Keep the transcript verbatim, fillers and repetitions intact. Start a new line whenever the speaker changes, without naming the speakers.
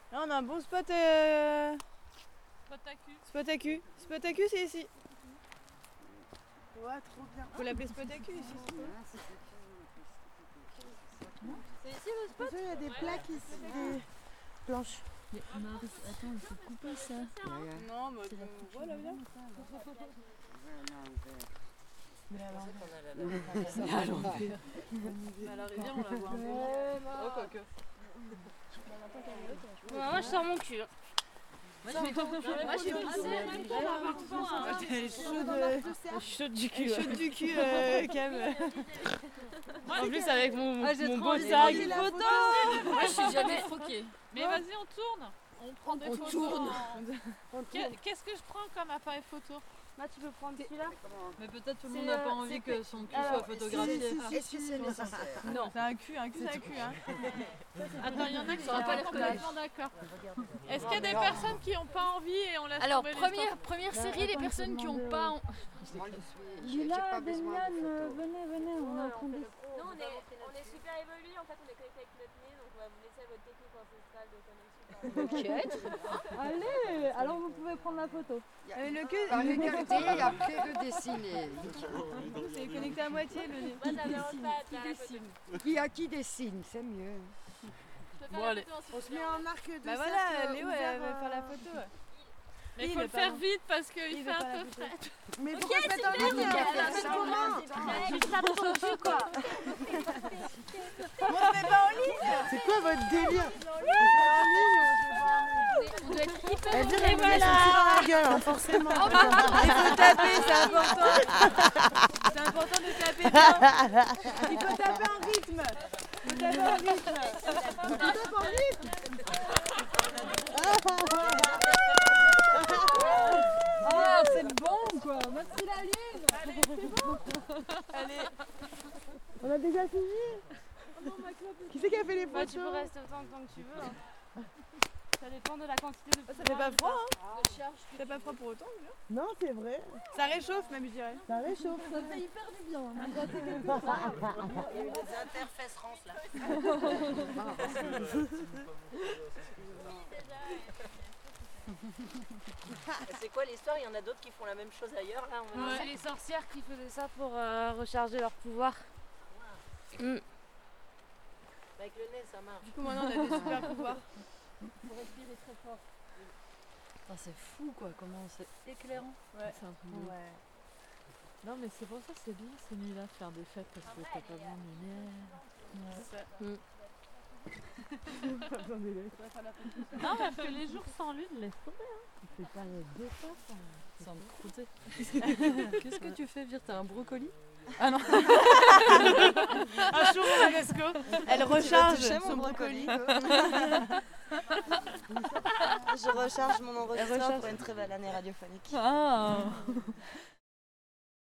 Là, on a un bon spot. Euh...
Spot à cul.
Spot à cul. Spot à cul, c'est ici.
Ouais, trop bien.
Faut l'appeler spot à cul ici.
C'est ici le spot?
Il y a des plaques ici, des planches.
Mais Marie, attends, il faut couper ça.
Non, mais on voit là, là.
Mais à l'envers.
Mais à l'envers. À la rivière, on la voit un peu. Oh, quoi que.
Moi, je sors mon cul. Moi, je suis passée même pas là.
Elle est chaude, chaude du cul. Chaude du cul, Cam. En plus, avec mon, mon beau sac.
Moi, je suis jamais foquée.
Mais vas-y, on tourne. On prend des
On
photos.
tourne.
En... Qu'est-ce que je prends comme appareil photo?
Là, tu peux prendre celui-là.
Mais peut-être tout le monde n'a pas envie que son cul soit photographié.
Est-ce que c'est nécessaire?
Non, c'est un cul, un cul, c'est un cul. Hein.
Attends, il y en a qui sont pas complètement d'accord. Est-ce qu'il y a des personnes qui n'ont pas envie et on laisse
Alors,
tomber
première, première série, les personnes qui n'ont pas...
Lila, Demian,
venez, venez, on est en train de...
Nous, on est, on est super évolués, en fait, on est connectés avec notre nez, donc on va vous laisser votre technique ancestrale de connexion.
Ok. Allez, alors vous pouvez prendre la photo.
Euh, le cul,
Par regarder et après redessiner.
c'est connecté à moitié le nez.
Moi, ça me dérange pas de faire la photo.
Qui a qui dessine, c'est mieux.
Je peux
Bon,
faire
allez.
la photo ensuite.
On se met en arc de
Bah
cercle
voilà, Léo,
ouvert,
elle va faire la
euh,
photo.
Mais il
Il
faut
veut
le
pas.
faire vite parce qu'il
Il
fait
veut
un
pas la
peu
photo.
frais.
Mais pourquoi se mettre en ligne et on fait ça comment?
Juste la photo au cul, quoi.
On se met pas en ligne. C'est quoi votre délire?
On doit être hyper...
Elle vient de me mettre son cul dans la gueule, hein, forcément.
Il faut taper, c'est important. C'est important de taper bien. Il faut taper en rythme. Il faut taper en rythme.
On tape en rythme.
Ah, c'est le bon, quoi. Merci la lune. Allez, c'est bon.
Allez.
On a déjà fini. Qui c'est qui a fait les
Bah,
photos?
tu peux rester autant que, tant que tu veux. Hein. Ça dépend de la quantité de...
Ça fait pas froid, hein?
de charge.
Ça fait pas froid pour autant, bien.
Non, c'est vrai.
Ça réchauffe même, je dirais.
Ça réchauffe.
Ça fait hyper du bien.
Les interfaces rances là.
C'est quoi l'histoire? Il y en a d'autres qui font la même chose ailleurs là on
Ouais. C'est les sorcières qui faisaient ça pour euh, recharger leur pouvoir. Mm.
Avec le nez ça marche.
Du coup, maintenant, on a des super pouvoirs.
Pour respirer très fort.
Putain, c'est fou quoi, comment c'est éclairant.
Ouais.
C'est un truc de ouf. Non mais c'est pour ça que c'est bien ces nuits-là, faire des fêtes parce que t'as pas besoin de lumière.
Non, parce que les jours sans lune, laisse tomber.
C'est pas deux fois ça. Sans me croûter. Qu'est-ce que tu fais, Vir? T'as un brocoli? Ah non.
Un jour, Francesco, elle recharge
toucher
son
mon
brocoli.
Je recharge mon enregistreur pour une très belle année radiophonique.
Ah.